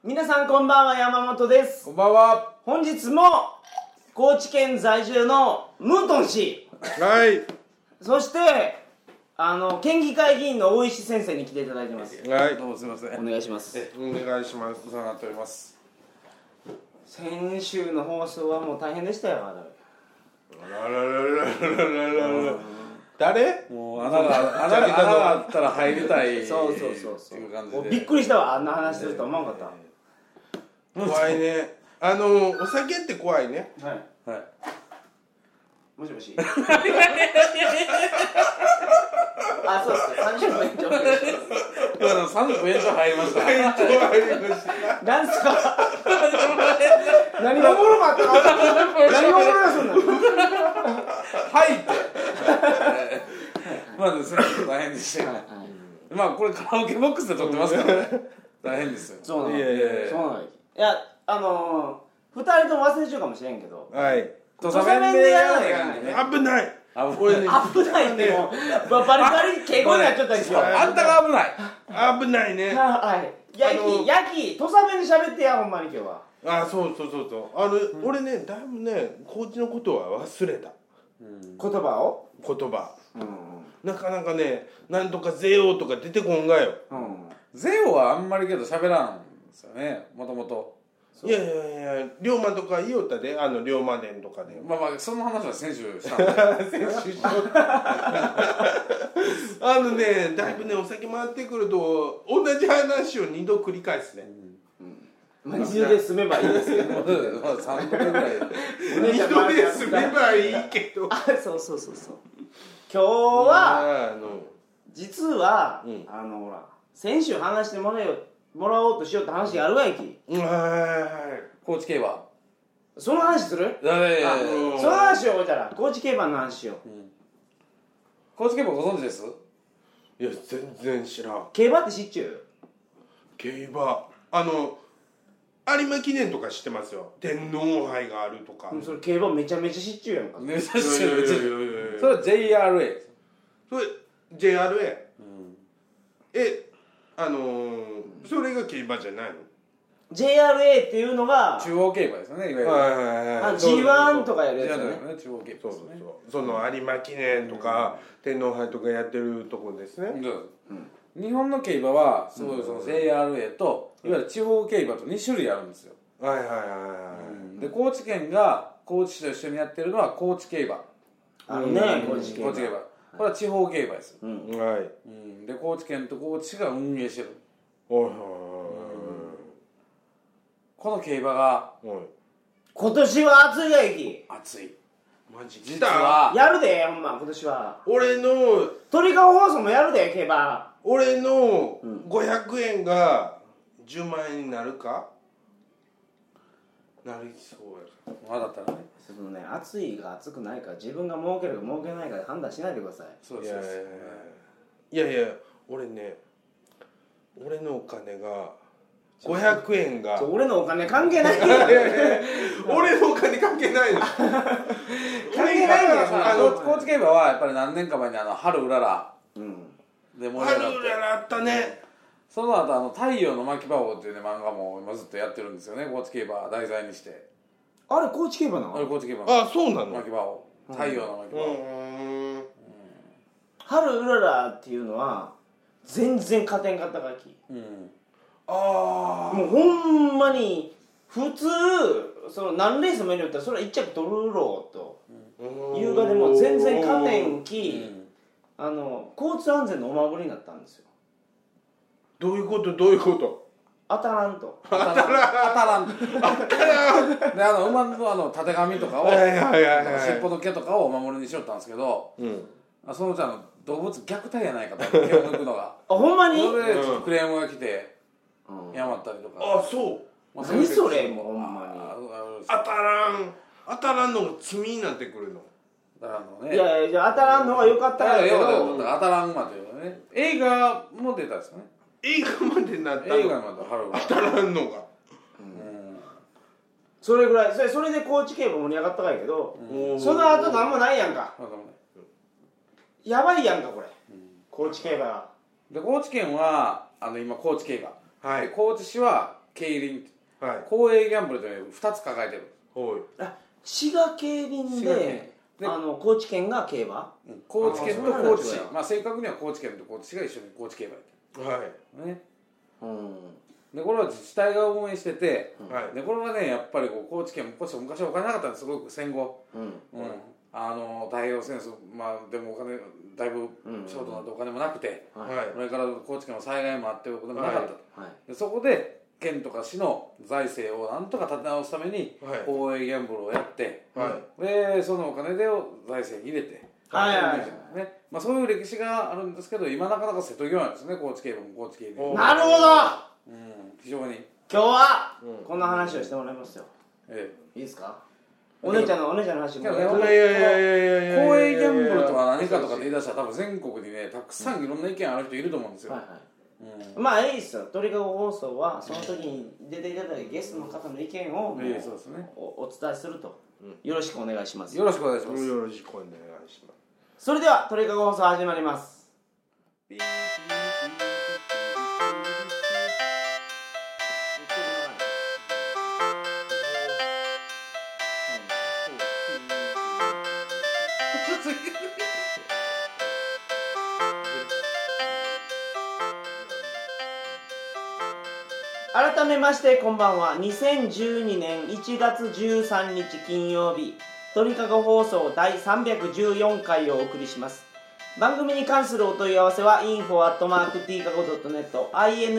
皆さんこんばんは、山本です。 こんばんは。 本日も高知県在住のムートン氏、 はい。 そして県議会議員の大石先生に来ていただいてます。 はい。どうもすみません。 お願いします。 お願いします。お世話になっております。 先週の放送はもう大変でしたよ。 誰？もう穴があったら入りたい。 そうっていう感じで。びっくりしたわ、あんな話するとは思わなかった。 怖いね。お酒って怖いね。 はい。もしもし。あ、そうっす。30分延長。 今の30分延長入りました。 なんすか。何がおもろかったの？何がおもろかったの？ はいって。まあですね、大変でしたよ。まあこれカラオケボックスで撮ってますからね。大変ですよ。 そうなの。いや、2人とも忘れちゃうかもしれんけど。 はい。 土佐弁でやらないからね。 危ない。 危ないってもうバリバリ敬語になっちゃったんですよ。 あんたが危ない。危ないね。 はい。ヤキ土佐弁で喋ってや、ほんまに今日は。 あ、そう俺ね、だいぶね、高知のことは忘れた。 言葉なかなかね、なんとかゼオとか出てこんがよ。 ゼオはあんまりけど喋らんですよね、もともと。 いや龍馬とか言おったで、龍馬伝とかで。 まあその話は先週したんで。 先週したね、だいぶね、お酒回ってくると同じ話を2度繰り返すね。 2度で済めばいいですけど。 3度ぐらい。 2度で済めばいいけど。 そう。今日は実はほら、先週話してもらおうとしようって話があるわいき。 高知競馬。 その話する？その話を置いたら高知競馬の話しよう。 高知競馬ご存知です？ いや、全然知らん。 競馬って知っちゅう？ 競馬有馬記念とか知ってますよ。天皇杯があるとか。 それ競馬めちゃめちゃ知っちゅうやんか。 めちゃめちゃ知っちゅう。それは JRA。 それ JRA。それが競馬じゃないの？ JRA っていうのが中央競馬ですよね、いわゆる。 G1 とかやるやつよね。 中央競馬ですね。 その有馬記念とか天皇杯とかやってるとこですね。 日本の競馬はすごいその JRA といわゆる地方競馬と2種類あるんですよ。で高知県が高知市と一緒にやってるのは高知競馬。 あるね、高知競馬。 これは地方競馬です。 で高知県と高知市が運営してる。この競馬が今年は暑いやいき。 暑い。 マジ実はやるで、ほんま今年は。 俺の鳥かご放送もやるで、競馬。 俺の500円が10万円になるか？なりそうや。 まだったらね。 そのね、暑いか暑くないか、自分が儲けるか儲けないかで判断しないでください。 そうです。 いや俺ね、俺のお金が500円が俺のお金関係ないよ。 俺のお金関係ないの。 関係ないんだよ。 高知競馬はやっぱり何年か前に春うららで盛り上がって、 春うららあったね。 その後太陽の巻き場王っていうね漫画も今ずっとやってるんですよね、高知競馬題材にして。 あれ高知競馬なの？ あれ高知競馬。 あ、そうなの？ 巻き場王、太陽の巻き場王。 春うららっていうのは全然勝てんかったガキ。もうほんまに普通何レースもやるよったらそれは1着取るろうというがでも全然勝てんき、交通安全のお守りになったんですよ。 どういうこと？ 当たらんと。 当たらんで馬のたてがみとかを尻尾の毛とかをお守りにしよったんですけど、そのうち動物虐待やないかと毛を抜くのがほんまに？ それでクレームが来てやまったりとか。 あ、そう。 何それ、もうほんまに当たらんのが罪になってくるの。 だからね。 いや当たらんのが良かったからけど、 当たらんまでよね。映画も出たんですよね。 映画までなったの。 映画まで春が当たらんのが。 それぐらいそれで高知競馬盛り上がったかいけど、その後なんもないやんか。やばいやんかこれ、高知競馬で高知県は今高知競馬、高知市は競輪、公営ギャンブルで2つ抱えてる。 滋賀競輪で高知県が競馬、 高知県と高知市、正確には高知県と高知市が一緒に高知競馬やってる。ね。でこれは自治体が運営してて、でこれはねやっぱり高知県も昔はお金なかったんです。すごく戦後、太平洋戦争、でもお金だいぶショートになってお金もなくて、それから高知県の災害もあってお金もなかったと、でそこで県とか市の財政をなんとか立て直すために公営ギャンブルをやって、でそのお金で財政に入れて、そういう歴史があるんですけど、今なかなか瀬戸際なんですね、高知競馬も高知競輪。 なるほど、 非常に今日はこんな話をしてもらいますよ。いいですか？お姉ちゃんの話も。公営ギャンブルとか何かとかって言い出したら多分全国にねたくさんいろんな意見ある人いると思うんですよ。いいですよ。鳥かご放送はその時に出ていただいたゲストの方の意見をお伝えすると。よろしくお願いします。 よろしくお願いします。 よろしくお願いします。 それでは鳥かご放送始まります。改めましてこんばんは。2012年1月13日金曜日、鳥かご放送第314回をお送りします。番組に関するお問い合わせは info@tkago.net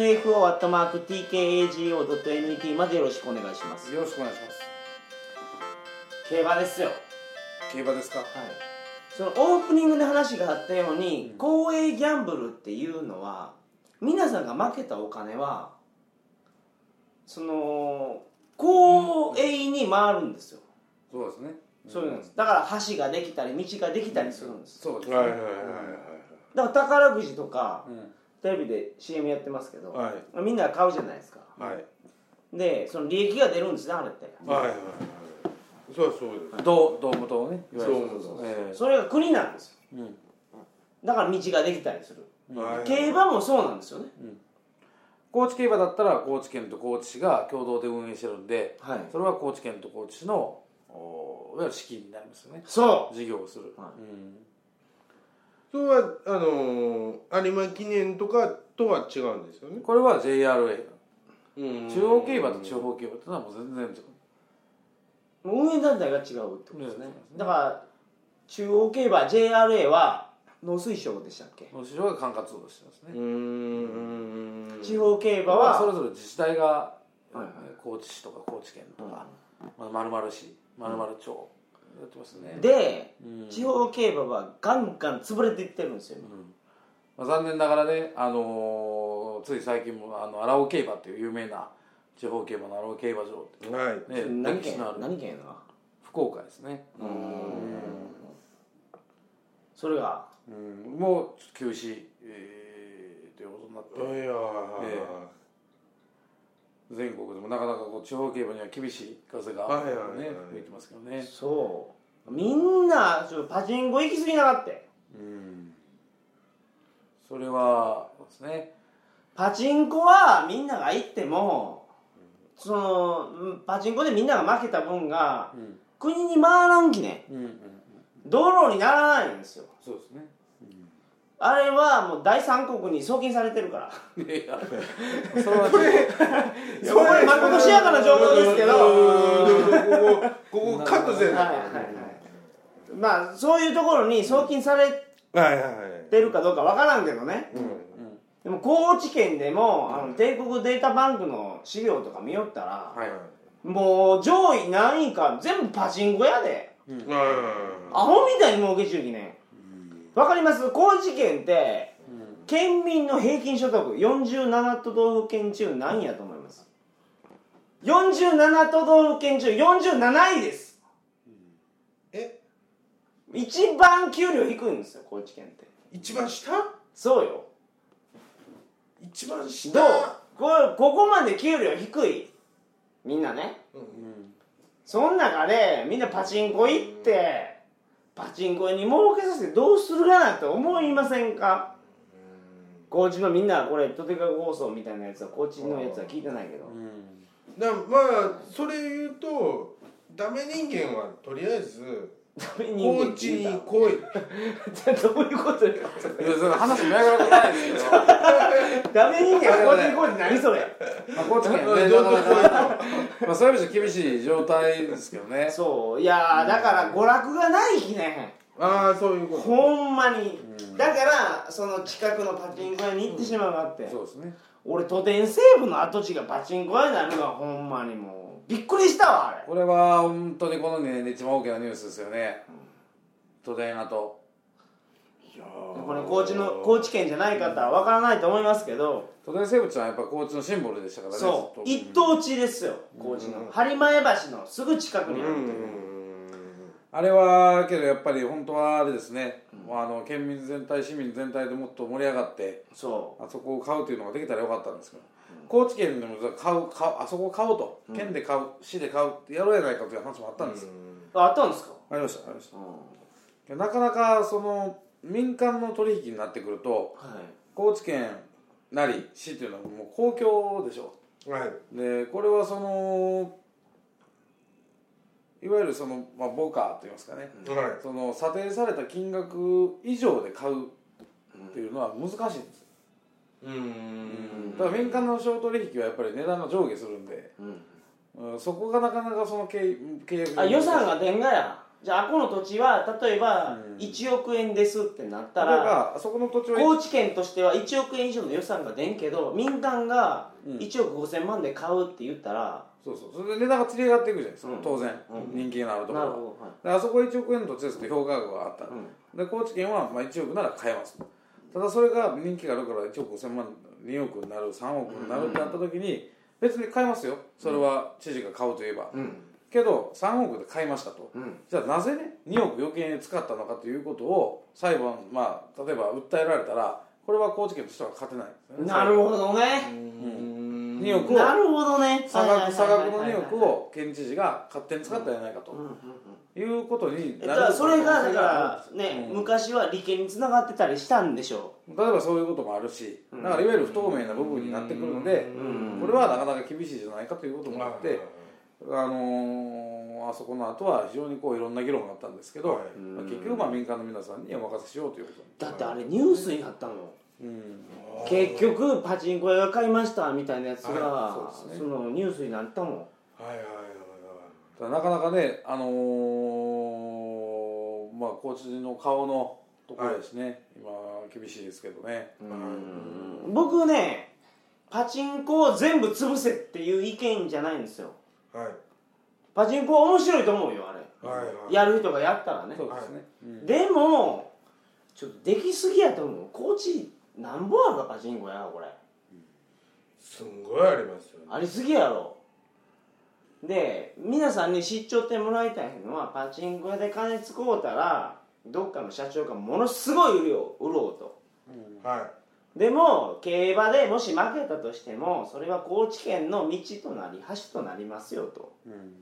info@tkago.net までよろしくお願いします。 よろしくお願いします。 競馬ですよ。 競馬ですか？はい。 そのオープニングで話があったように、公営ギャンブルっていうのは皆さんが負けたお金はその公営に回るんですよ。 そうですね。 そうなんです。だから橋ができたり道ができたりするんです。 そうですね。 だから宝くじとか、テレビで CM やってますけど、みんな買うじゃないですか。でその利益が出るんですね、あれって。 そうです。 胴元をね。 それが国なんですよ。だから道ができたりする。競馬もそうなんですよね。 高知競馬だったら高知県と高知市が共同で運営してるんで、それは高知県と高知市のいわゆる資金になりますよね。 そう事業をする。 それは有馬記念とかとは違うんですよね。 これは JRA。中央競馬と地方競馬ってのはもう全然違う。 運営団体が違うってことですね。だから中央競馬 JRA は農水省でしたっけ？ 農水省が管轄をしてますね。 地方競馬はそれぞれ自治体が高知市とか高知県とか丸々市、丸々町やってますね。 で地方競馬はガンガン潰れていってるんですよ。 残念ながらね、つい最近も荒尾競馬っていう有名な地方競馬の荒尾競馬場って何県なの？ 福岡ですね。 それがもう休止ということになって、全国でもなかなか地方競馬には厳しい風が吹いてますけどね。 そうみんなパチンコ行き過ぎなかって。 それはですね。 パチンコはみんなが行っても、そのパチンコでみんなが負けた分が、国に回らんきね、道路にならないんですよ。 そうですね。 あれはもう第三国に送金されてるから。 それはこれまことしやかな情報ですけど、 ここカットせん。 そういうところに送金されてるかどうかわからんけどね。でも高知県でも帝国データバンクの資料とか見よったら、もう上位何位か全部パチンコやで。アホみたいに儲けちゅうきね。わかります？高知県って県民の平均所得47都道府県中何位やと思います？ 47 都道府県中47位です。一番給料低いんですよ、高知県って。 一番下？ そうよ。 一番下？ どう？ここまで給料低いみんなね、その中でみんなパチンコ行ってパチンコに儲けさせてどうするかなと思いませんか？ 高知のみんなこれトテカゴ放送みたいなやつは高知のやつは聞いてないけど、 だからまあそれ言うとダメ人間はとりあえず高知に来いどういうことよいやそれ話見上がることないですけどダメ人間は高知に来いって何それ高知県ねなかなかそういう意味で厳しい状態ですけどねそういやだから娯楽がないきねああそういうことほんまに、だからその近くのパチンコ屋に行ってしまうがあって、 そうですね俺都電西部の跡地がパチンコ屋になるのはほんまにもうびっくりしたわあれこれは本当にこの2年で一番大きなニュースですよね都電跡これ高知県じゃない方は分からないと思いますけど都電西部ってのはやっぱ高知のシンボルでしたからねそう一等地ですよ高知の播磨橋のすぐ近くにあるあれはけどやっぱり本当はあれですね、県民全体市民全体でもっと盛り上がってそうあそこを買うというのができたらよかったんですけど、高知県でもあそこを買おうと、県で買う市で買うってやろうやないかという話もあったんですよ、 あったんですかありましたなかなかその民間の取引になってくると、高知県なり市というのはもう公共でしょ、でこれはそのいわゆるその、ボカーといいますかね、その査定された金額以上で買うっていうのは難しいんですよ。だから民間の商取引はやっぱり値段が上下するんで、そこがなかなかその契約予算が出んがやじゃあこの土地は例えば1億円ですってなったら、 そこの土地は高知県としては1億円以上の予算が出んけど民間が1億5000万で買うって言ったら、 そうそれで値段がつり上がっていくじゃないですか、当然、人気があるところは、あそこは1億円の土地ですって評価額があった、で高知県は1億なら買えます、ただそれが人気があるから1億5000万2億になる3億になるってなった時に別に買えますよ、それは知事が買うといえば、けど3億で買いましたと、じゃあなぜね2億余計に使ったのかということを裁判、例えば訴えられたらこれは高知県としては勝てないですよね。 なるほどね、 2億をなるほどね差額の2億を県知事が勝手に使ったんじゃないかということになる。 それがだからね、昔は利権につながってたりしたんでしょう。 例えばそういうこともあるし、だからいわゆる不透明な部分になってくるので、これはなかなか厳しいじゃないかということもあって、あそこの後は非常にいろんな議論があったんですけど、結局民間の皆さんにお任せしようということに。 だってあれニュースになったの、結局パチンコ屋が買いましたみたいなやつが、そのニュースになったもん。 なかなかね、高知の顔のところですね、今厳しいですけどね。 僕ねパチンコを全部潰せっていう意見じゃないんですよ。パチンコは面白いと思うよあれ、やる人がやったらね。 そうですね、 でもちょっとできすぎやと思う。高知なんぼあるかパチンコやこれ、 すんごいありますよね。 ありすぎやろ。で皆さんに知っちゃってもらいたいのは、パチンコ屋で金使うたらどっかの社長がものすごい売ろうと、でも競馬でもし負けたとしてもそれは高知県の道となり橋となりますよと、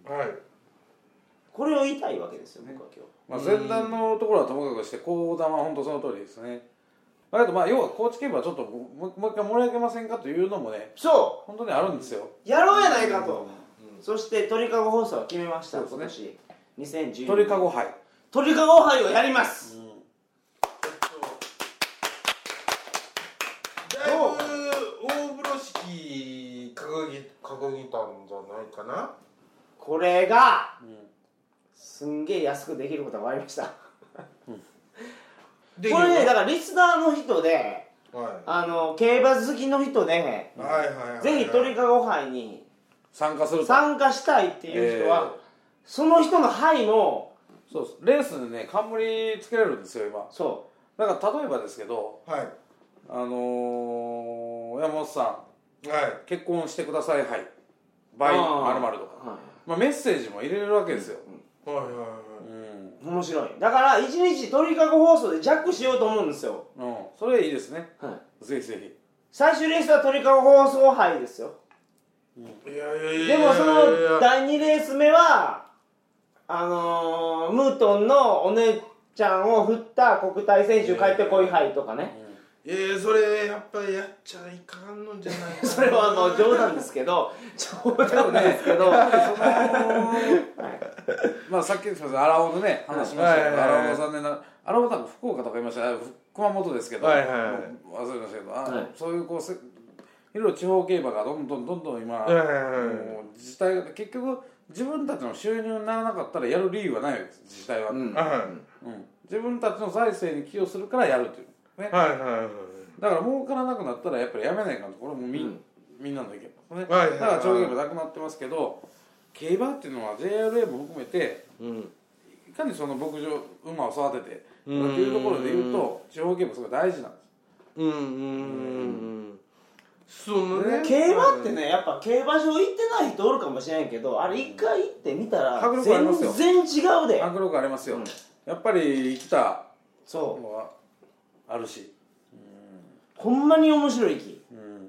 これを言いたいわけですよ、僕は今日。 前段のところはともかくして講談は本当その通りですね。だけど要は高知競馬はちょっともう一回盛り上げませんかというのもね、 そう本当にあるんですよ。 やろうやないかと、そして鳥かご放送は決めました、今年2010 鳥かご杯をやります。 だいぶ大風呂敷掲げたんじゃないかな。 これが、すんげえ安くできることが分かりました。これね、だからリスナーの人で、競馬好きの人で、ぜひ鳥かご杯に参加したいっていう人は、その人の杯もそうです。レースにね冠つけられるんですよ今。だから例えばですけど、山本さん、結婚してください杯バイ○○とか、メッセージも入れれるわけですよ。 面白い。だから一日鳥かご放送でジャックしようと思うんですよ。 それいいですね、ぜひぜひ。 最終レースは鳥かご放送杯ですよ。でもその第2レース目はムートンのお姉ちゃんを振った国体選手帰ってこい杯とかね、 それやっぱりやっちゃいかんのじゃないかなそれは冗談ですけど冗談ですけど、 まあさっきすみません荒尾のね話しましたけど、荒尾さんね荒尾さん福岡とかいました熊本ですけど、忘れましたけどそういういろいろ地方競馬がどんどん今もう自治体が結局自分たちの収入にならなかったらやる理由はないわけです自治体は、自分たちの財政に寄与するからやるというね、だから儲からなくなったらやっぱりやめないかんと、これもみんなの意見ですね、だから長競馬なくなってますけど、競馬っていうのは JRA も含めて、いかにその牧場馬を育ててというところでいうと地方競馬すごい大事なんです。 そのね、 競馬ってね、やっぱ競馬場行ってない人おるかもしれんけど、あれ一回行ってみたら全然違うで。 迫力ありますよ、やっぱり生きたのはあるし、 ほんまに面白いき、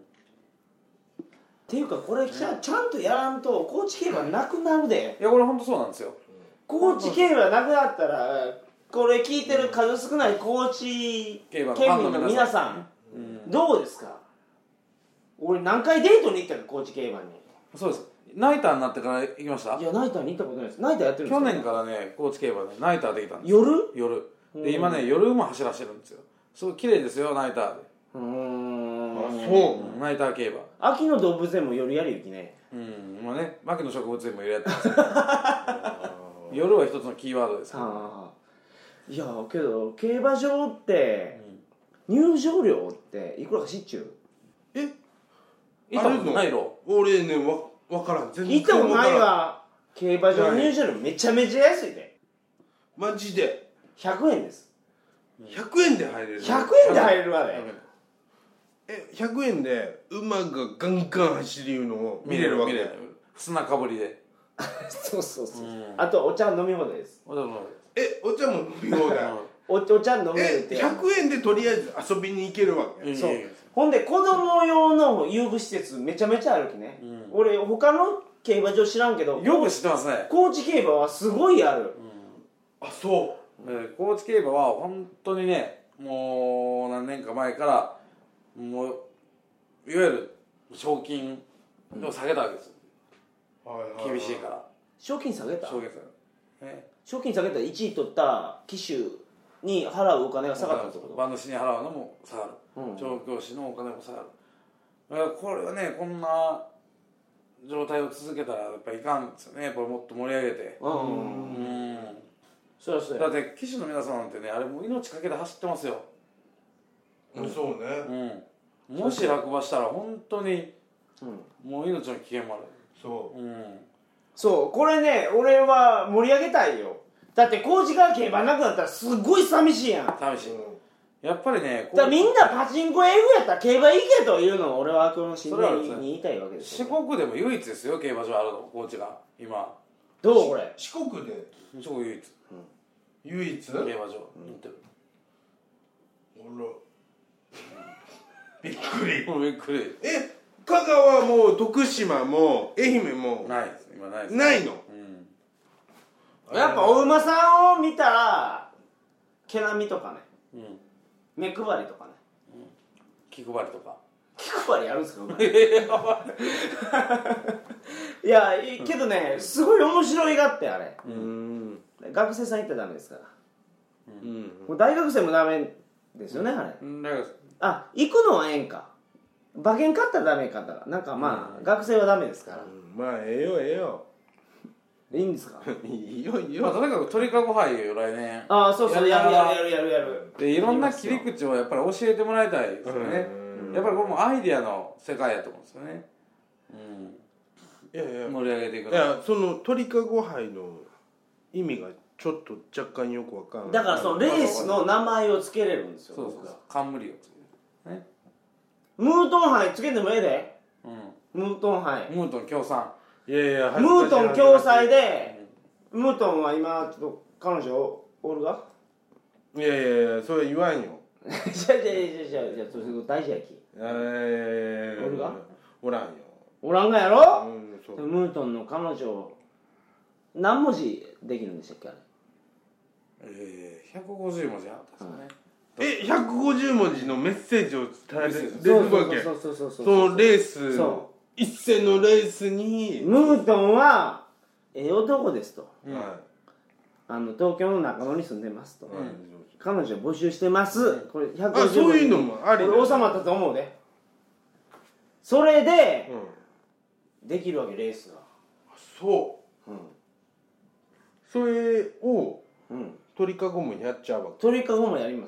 っていうかこれちゃんとやらんと高知競馬なくなるで。 いやこれ本当そうなんですよ。 高知競馬なくなったらこれ聞いてる数少ない高知県民の皆さん、どうですか。俺何回デートに行ったか高知競馬に。 そうです。ナイターになってから行きました。 いやナイターに行ったことないです。ナイターやってるんですか。 去年からね高知競馬でナイターできたんです。 夜で今ね夜馬走らせてるんですよ。すごい綺麗ですよナイターで。ナイター競馬。 秋の動物園も夜やるゆきね。 まあね牧野植物園も夜やってます夜は一つのキーワードですから、 いやけど競馬場って入場料っていくらか知っちゅう。 行ったことないの。 俺ね分からん、全然行ったことないわ。競馬場の入場料めちゃめちゃ安いで。 マジで 100円です。 100円で入れる。 100円で入れるわね。 100円で馬がガンガン走りいうのを見れるわけ。 砂かぶりでそう、あとお茶飲み放題です。 お茶も飲み放題お茶飲めるって。 100円でとりあえず遊びに行けるわけ。 そう。ほんで子供用の遊具施設めちゃめちゃあるきね、俺他の競馬場知らんけどよく知ってますね。 高知競馬はすごいある、 あ、そう。 高知競馬は本当にねもう何年か前からもういわゆる賞金を下げたわけです、厳しいから賞金下げた。 賞金下げたら1位取った騎手に払うお金が下がったってこと。 馬主に払うのも下がる、調教師のお金も下がる。だからこれはねこんな状態を続けたらやっぱりいかんですよね。やっぱりもっと盛り上げて、 そうだって騎手の皆さんなんてねあれもう命かけて走ってますよ。 そうね、 もし落馬したら本当にもう命の危険もある。 そう、これね俺は盛り上げたいよ。だって高知が競馬なくなったらすごい寂しいやん。 寂しい、やっぱりねだからみんなパチンコ F やったら競馬行けというのを俺はこの新年に言いたいわけですよ。 四国でも唯一ですよ競馬場あるの高知が今。 どうこれ。 四国で四国唯一、 唯一競馬場行ってる。 びっくり。 びっくり。 香川も徳島も愛媛もないです今ないです。 ないの。 やっぱお馬さんを見たら毛並みとかね、目配りとかね、 気配りとか。 気配りやるんですかいやけどねすごい面白いがってあれ、学生さん行ったらダメですから、もう大学生もダメですよね、あれ。あ、行くのはええんか。馬券買ったらダメかったらなんかまあ、学生はダメですから、 まあええよいいんですかいいよまあとにかく鳥かご杯を来年ああ、そうやるでいろんな切り口をやっぱり教えてもらいたいですよね。やっぱりこれもアイディアの世界やと思うんですよね。盛り上げていくの。 いやその鳥かご杯の意味がちょっと若干よくわかんない。 だからそのレースの名前を付けれるんですよ。 そう冠をつけるね。 ムートン杯つけてもええで、ムートン杯、 ムートン協賛。 ムートン共催で、ムートンは今ちょっと彼女おるが。 いやそれ言わんよ。 じゃそれ大事やき。おるがおらんよ。 おらんがやろ、ムートンの彼女何文字できるんでしたっけあれ。 150文字あったんですよね。 150文字のメッセージを伝えるわけ。 そのレース一戦のレースにムートンは男ですと、 はい、 東京の中野に住んでますと、彼女募集してます、これ150文字そういうのもあり、 これ収まったと思うで、それで、できるわけレースが。 そう、それを、鳥かごもやっちゃうわけ。 鳥かごもやります、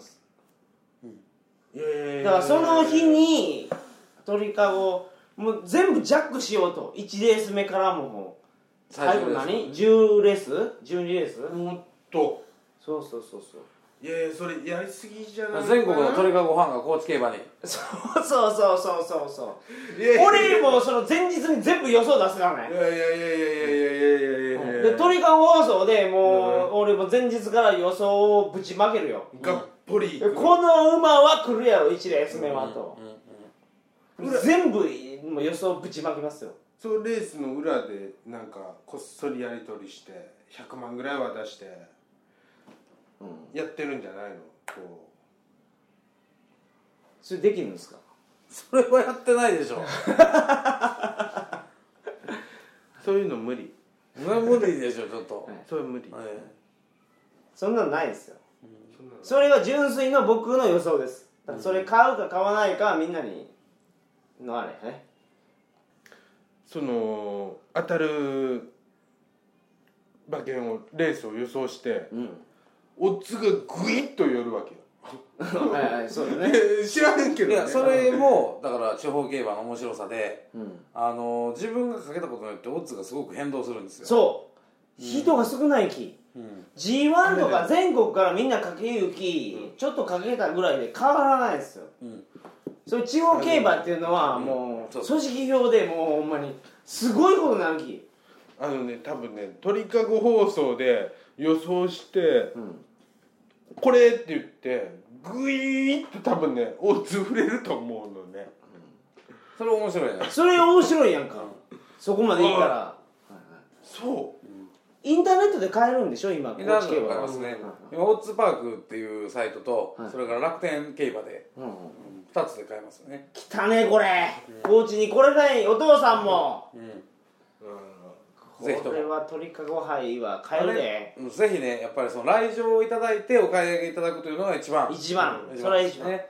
だからその日に鳥かごもう全部ジャックしようと、1レース目からも最後何10レース12レースもっとそういやいやそれやりすぎじゃないかな。 全国の鳥かごファンが高知競馬にそう俺もその前日に全部予想出すからね。 いやで鳥かご放送でもう、俺も前日から予想をぶちまけるよ。 がっぽりこの馬は来るやろ1レース目はと、全部もう予想ぶちまけますよ。 そのレースの裏でなんかこっそりやり取りして100万ぐらいは出してやってるんじゃないの。こそれできるんですか。 それはやってないでしょそういうの無理。 無理でしょちょっと、 それ無理、 そんなのないですよ、それは純粋の僕の予想です。だからそれ買うか買わないかはみんなにのあれね。 その当たる馬券をレースを予想して、オッズがグイッと寄るわけよはいそうだね知らへんけどね。 いやそれもだから地方競馬の面白さで、自分がかけたことによってオッズがすごく変動するんですよ。 そう人が少ないき、G1 とか全国からみんなかけゆき、ちょっとかけたぐらいで変わらないですよ、そういう地方競馬っていうのはもう組織票でもうほんまにすごいことになるき。 多分ね鳥かご放送で予想して、これって言ってグイーッと多分ねオッズ触れると思うのね、 それ面白いね。 それ面白いやんか、そこまでいったら、 そう、 インターネットで買えるんでしょ今。 インターネットで買えますね、今オッズパークっていうサイトと、それから楽天競馬で、2つで買えますよね。 来たねこれ、高知に来れないお父さんも、ぜひともこれは鳥かご杯は買えるで、 ぜひねやっぱりその来場いただいてお買い上げいただくというのが一番それは一番ね。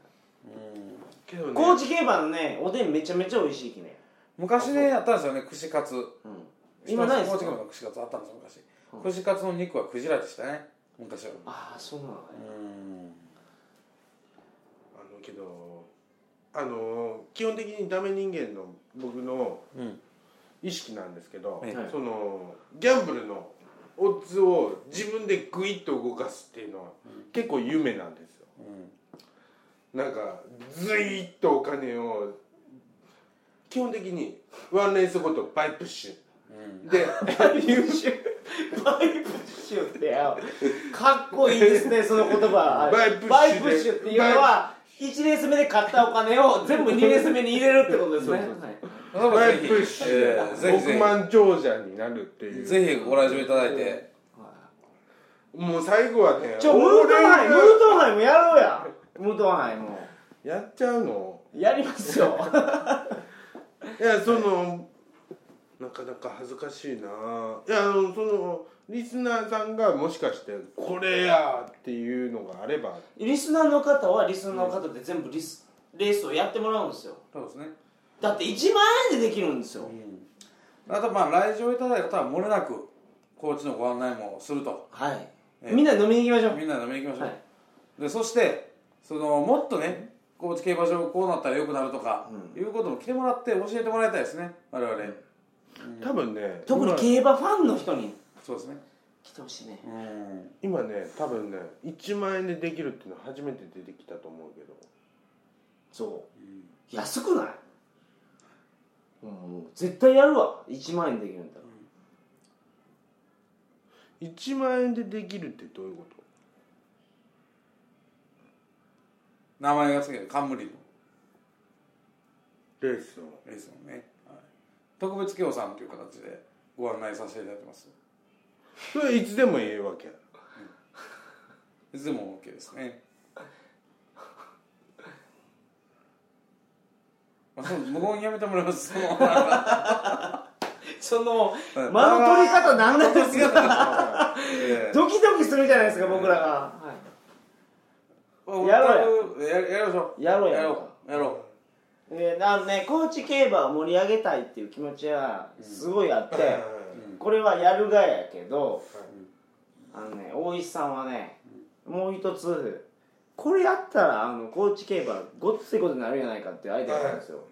高知競馬のねおでんめちゃめちゃ美味しいきね。 昔ねあったんですよね、串カツ、 今ないですか。 高知競馬の串カツあったんですよ昔、串カツの肉はクジラでしたね昔は。 ああそうなのね。 けど基本的にダメ人間の僕の意識なんですけど、そのギャンブルのオッズを自分でグイッと動かすっていうのは結構夢なんですよ、なんかズイッとお金を基本的にワンレースごとバイプッシュ、でバイプッシュってかっこいいですねその言葉。バイプッシュっていうのは1レース目で買ったお金を全部2レース目に入れるってことですね。 バイプッシュで億万長者になるっていう。 ぜひご来場いただいて、 もう最後はね、 ムートンハイもやろうや。ムートンハイもやっちゃうの。 やりますよいやなかなか恥ずかしいな。いやリスナーさんがもしかしてこれやっていうのがあれば、 リスナーの方はリスナーの方で全部レースをやってもらうんですよ。 そうですね。 だって1万円でできるんですよ、 あと来場いただいた方は漏れなく高知のご案内もすると。 みんな飲みに行きましょう。 みんな飲みに行きましょう、でそしてもっとね高知競馬場こうなったら良くなるとか、いうことも来てもらって教えてもらいたいですね我々、 多分ね特に競馬ファンの人にそうですね来てほしいね。 今ね多分ね1万円でできるっていうのは初めて出てきたと思うけど、 そう、安くない？絶対やるわ。1万円できるんだら、1万円でできるってどういうこと？ 名前がつける冠のレースのね、特別協賛という形でご案内させていただいてます。 それいつでもいいわけ、 いつでも OK ですね。 無言やめてもらいますその間の取り方なんなんですかドキドキするじゃないですか僕らが、はい、やろうやりましょうやろうなんね高知競馬を盛り上げたいっていう気持ちはすごいあって、これはやるがやけど、大石さんはね、もう一つこれやったら高知競馬ごっついことになるんじゃないかっていうアイデアがあるんですよ、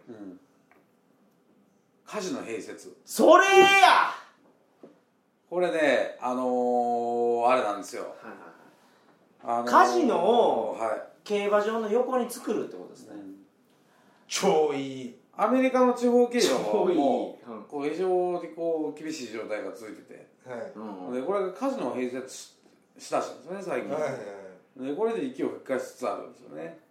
カジノ併設。 それやこれねあれなんですよ、 カジノを競馬場の横に作るってことですね、 超いい。 アメリカの地方競馬もこう非常にこう厳しい状態が続いてて、でこれがカジノを併設したしいんですね最近、でこれで息を吹き返しつつあるんですよね。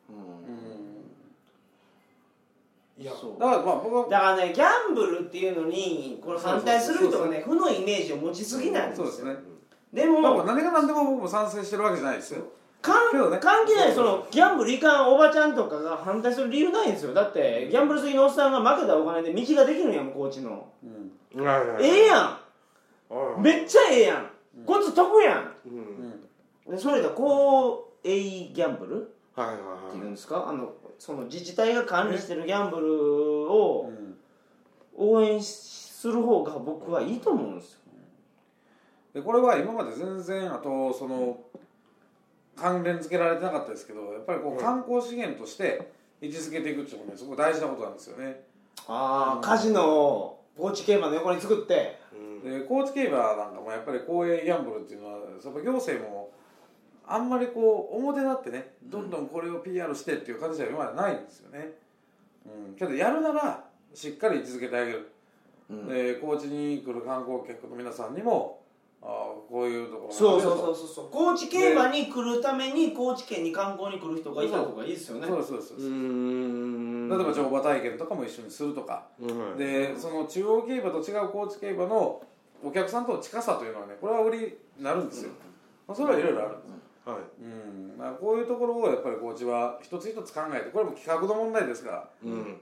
いやだから僕はだからねギャンブルっていうのにこれ反対する人がね負のイメージを持ちすぎないんですよ。 そうですね。 でも何が何でも僕も賛成してるわけじゃないですよ。 関係ない。そのギャンブルいかんおばちゃんとかが反対する理由ないんですよ。だってギャンブル好きのおっさんが負けたお金で道ができるんやもん高知の、ええやん、めっちゃええやん、こっち得やん、でそれで公営ギャンブルっていうんですか、その自治体が管理してるギャンブルを応援する方が僕はいいと思うんですよ。 でこれは今まで全然あとその関連付けられてなかったですけど、やっぱりこう観光資源として位置づけていくっていうのはねすごく大事なことなんですよね。 カジノを高知競馬の横に作って、 で高知競馬なんかもやっぱり公営ギャンブルっていうのはやっぱ行政もあんまりこう表立ってねどんどんこれを PR してっていう形は今までないんですよね。けどやるならしっかり位置づけてあげる、で高知に来る観光客の皆さんにもこういうところがそう高知競馬に来るために高知県に観光に来る人がいた方がいいですよね。 そう例えば乗馬体験とかも一緒にするとか、でその中央競馬と違う高知競馬のお客さんとの近さというのはねこれは売りになるんですよ、それはいろいろあるんです、こういうところをやっぱり高知は一つ一つ考えて、これも企画の問題ですから、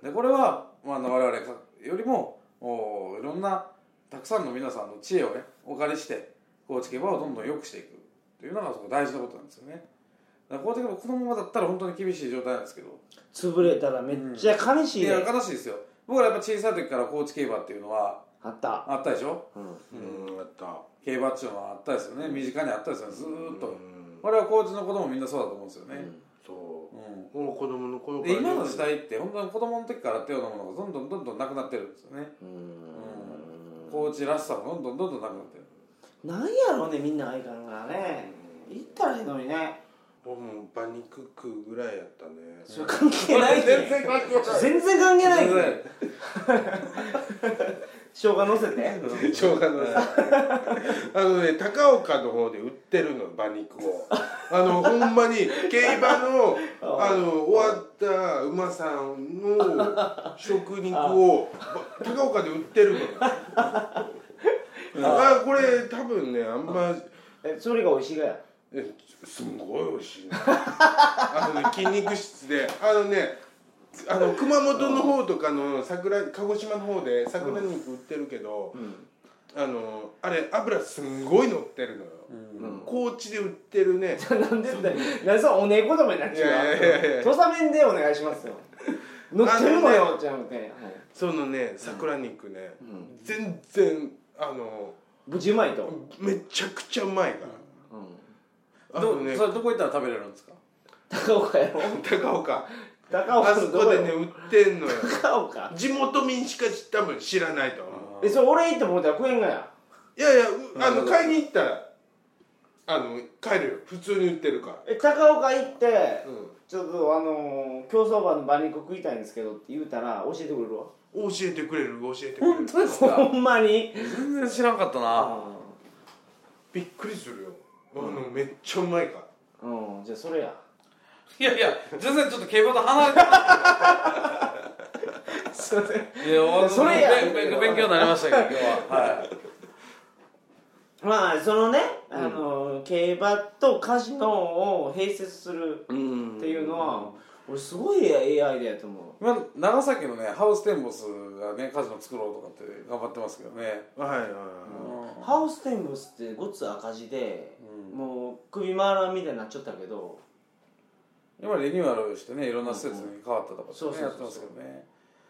でこれは、我々よりもいろんなたくさんの皆さんの知恵をねお借りして高知競馬をどんどん良くしていくというのがすごく大事なことなんですよね。だから高知競馬このままだったら本当に厳しい状態なんですけど、 潰れたらめっちゃ悲しい、 いや悲しいですよ。僕らやっぱ小さい時から高知競馬っていうのはあったでしょ、 あった。 競馬っていうのはあったですよね、身近にあったですよね、ずーっと。我々は高知の子供みんなそうだと思うんですよね。 もう子供の頃から今の時代って本当に子供の時からあったようなものがどんどんなくなってるんですよね。高知らしさもどんどんなくなってる。 なんやろうね、みんな相関がね行ったらいいのにね。 もう馬肉食うぐらいやったね。 それ関係ないね。全然関係ないね。生姜乗せて生姜乗せて高岡の方で売ってるの馬肉をほんまに競馬の終わった馬さんの食肉を高岡で売ってるのよ。これ多分ねあんまそれが美味しいがや。 すんごい美味しいね。筋肉質で熊本の方とかの鹿児島の方で桜肉売ってるけど、あれ油すんごい乗ってるのよ、高知で売ってるね。 なんでだよ、なんでおねえ言葉になっちゃう。土佐弁でお願いしますよ。乗ってるのよじゃんね。 そのね桜肉ね、全然ぶちうまいと。 めちゃくちゃうまいから。 それどこ行ったら食べれるんですか？ 高岡やろ。 高岡あそこでね売ってんのよ。 高岡地元民しか多分知らないと思う。 それ俺行ってもらったら食えんがや。 いやいや買いに行ったら買えるよ、普通に売ってるから。 高岡行って、ちょっと競走馬の馬肉食いたいんですけどって言うたら教えてくれるわ。 教えてくれる。 本当ですか？ほんまに全然知らんかったな。 びっくりするよ。めっちゃうまいから。 じゃあそれや。 いや全然ちょっと競馬と離れてすいません。 いやそれや勉強になりましたけど今日は。 まあそのね、競馬とカジノを併設するっていうのは俺すごいアイデアやと思う。 今長崎のねハウステンボスがねカジノ作ろうとかって頑張ってますけどね。 ハウステンボスってごつ赤字で、もう首回らんみたいになっちゃったけど、 今リニューアルしてねいろんな施設に変わったとかってねやってますけどね。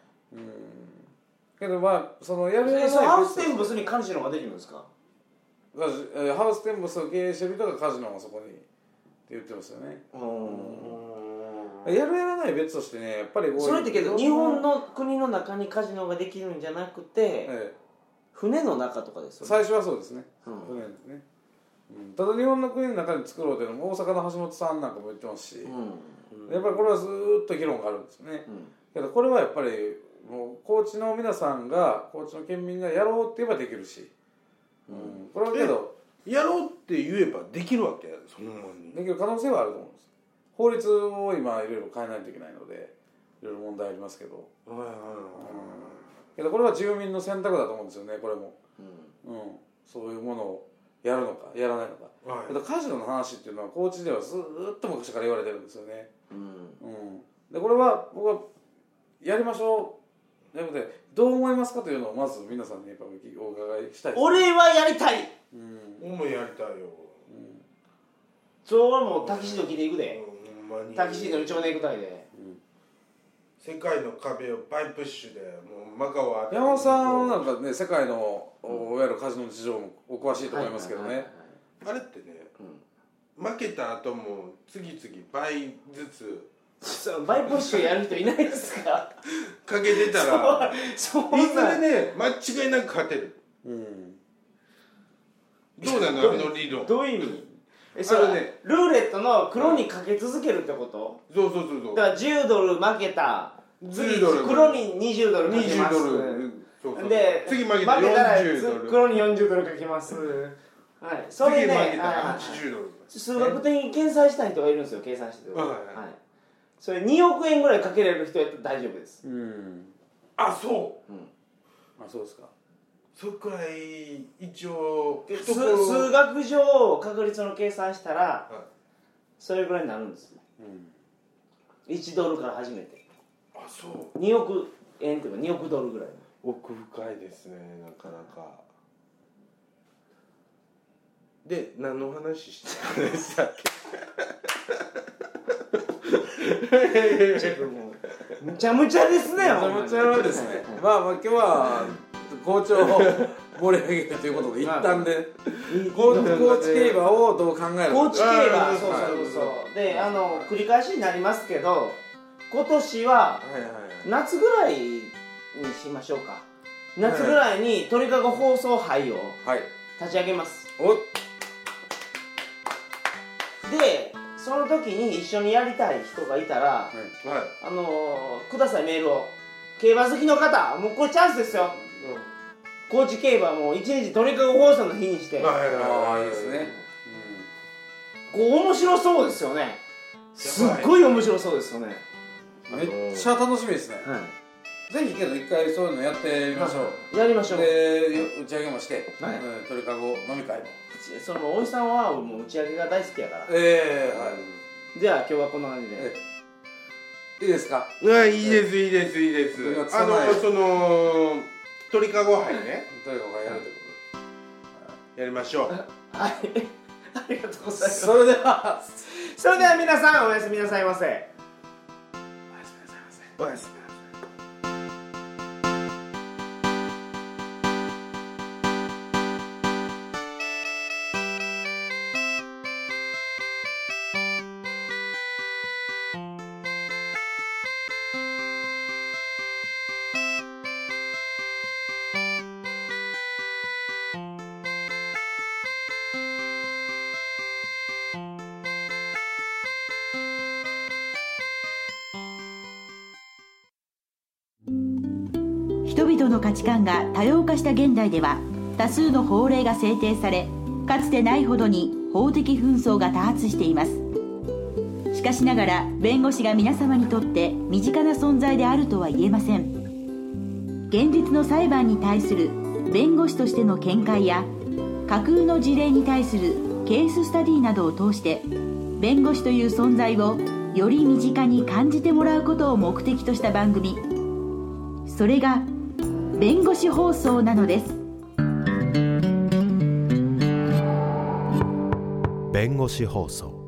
けどまあそのやるやらないハウステンボスにカジノができるんですか？ ハウステンボスを経営してる人がカジノがそこにって言ってますよね。やるやらない別としてねやっぱりそれってけど日本の国の中にカジノができるんじゃなくて、船の中とかですよね。 最初はそうですね、船ですね。ただ日本の国の中に作ろうというのも大阪の橋本さんなんかも言ってますし、やっぱりこれはずっと議論があるんですよね。けどこれはやっぱりもう高知の皆さんが高知の県民がやろうって言えばできるし、これはけどやろうって言えばできるわけやそのままにできる可能性はあると思うんです。法律を今いろいろ変えないといけないのでいろいろ問題ありますけど、けどこれは住民の選択だと思うんですよね。これも、そういうものをやるのかやらないのか、けどカジノの話っていうのは高知ではずっと昔から言われてるんですよね。でこれは僕はやりましょうなのでどう思いますかというのをまず皆さんにやっぱお伺いしたいです。 俺はやりたい。 俺もやりたいよ。 それはもうタキシード着ていくで。タキシードの一番ネクタイで。 世界の壁をバイプッシュでもうマカオは山本さんなんかね世界のいわゆるカジノの事情もお詳しいと思いますけどね。 あれってね、負けた後も次々倍ずつバイプッシュやる人いないですか？ かけてたらいずれね間違いなく勝てる。どうなのあの理論。 どういう意味？それね、ルーレットの黒にかけ続けるってこと？ そうだから10ドル負けた、次黒に20ドルかけます。で次負けたら40ドル、 黒に40ドルかけます。はい、それで、 次負けたら80ドル。 数学的に計算したい人がいるんですよ、計算してる。それ2億円ぐらいかけれる人やったら大丈夫です。 あ、そう。 あ、そうですか。 そっくらい一応数学上確率の計算したら、それぐらいになるんですよ、1ドルから始めて。 あ、そう 2億円というか2億ドルぐらい。 奥深いですね、なかなか。で、何の話してたんでしたっけ？ ちょっともうむちゃむちゃですね。 むちゃむちゃですね。まあ今日は校長を盛り上げるということで一旦で高知競馬をどう考えるか。 高知競馬、そうで繰り返しになりますけど、今年は夏ぐらいにしましょうか。夏ぐらいに鳥かご放送杯を立ち上げます。でその時に一緒にやりたい人がいたら、ください、メールを。競馬好きの方、もうこれチャンスですよ。高知競馬もう一日鳥かご放送の日にして。 いいですね。 こう面白そうですよね。すっごい面白そうですよね。 めっちゃ楽しみですね。ぜひけど一回そういうのやってみましょう。 やりましょう。 で打ち上げもして、鳥かご飲み会も。 そのおじさんはもう打ち上げが大好きやから。じゃあ今日はこんな感じで。 いいですか？ いいです。その鳥かご杯ね。 鳥かご杯やるということでやりましょう。 はい。ありがとうございます。 それでは皆さんおやすみなさいませ。 おやすみ。 人々の価値観が多様化した現代では多数の法令が制定され、かつてないほどに法的紛争が多発しています。しかしながら弁護士が皆様にとって身近な存在であるとは言えません。現実の裁判に対する弁護士としての見解や架空の事例に対するケーススタディなどを通して弁護士という存在をより身近に感じてもらうことを目的とした番組、それが弁護士放送なのです。 弁護士放送。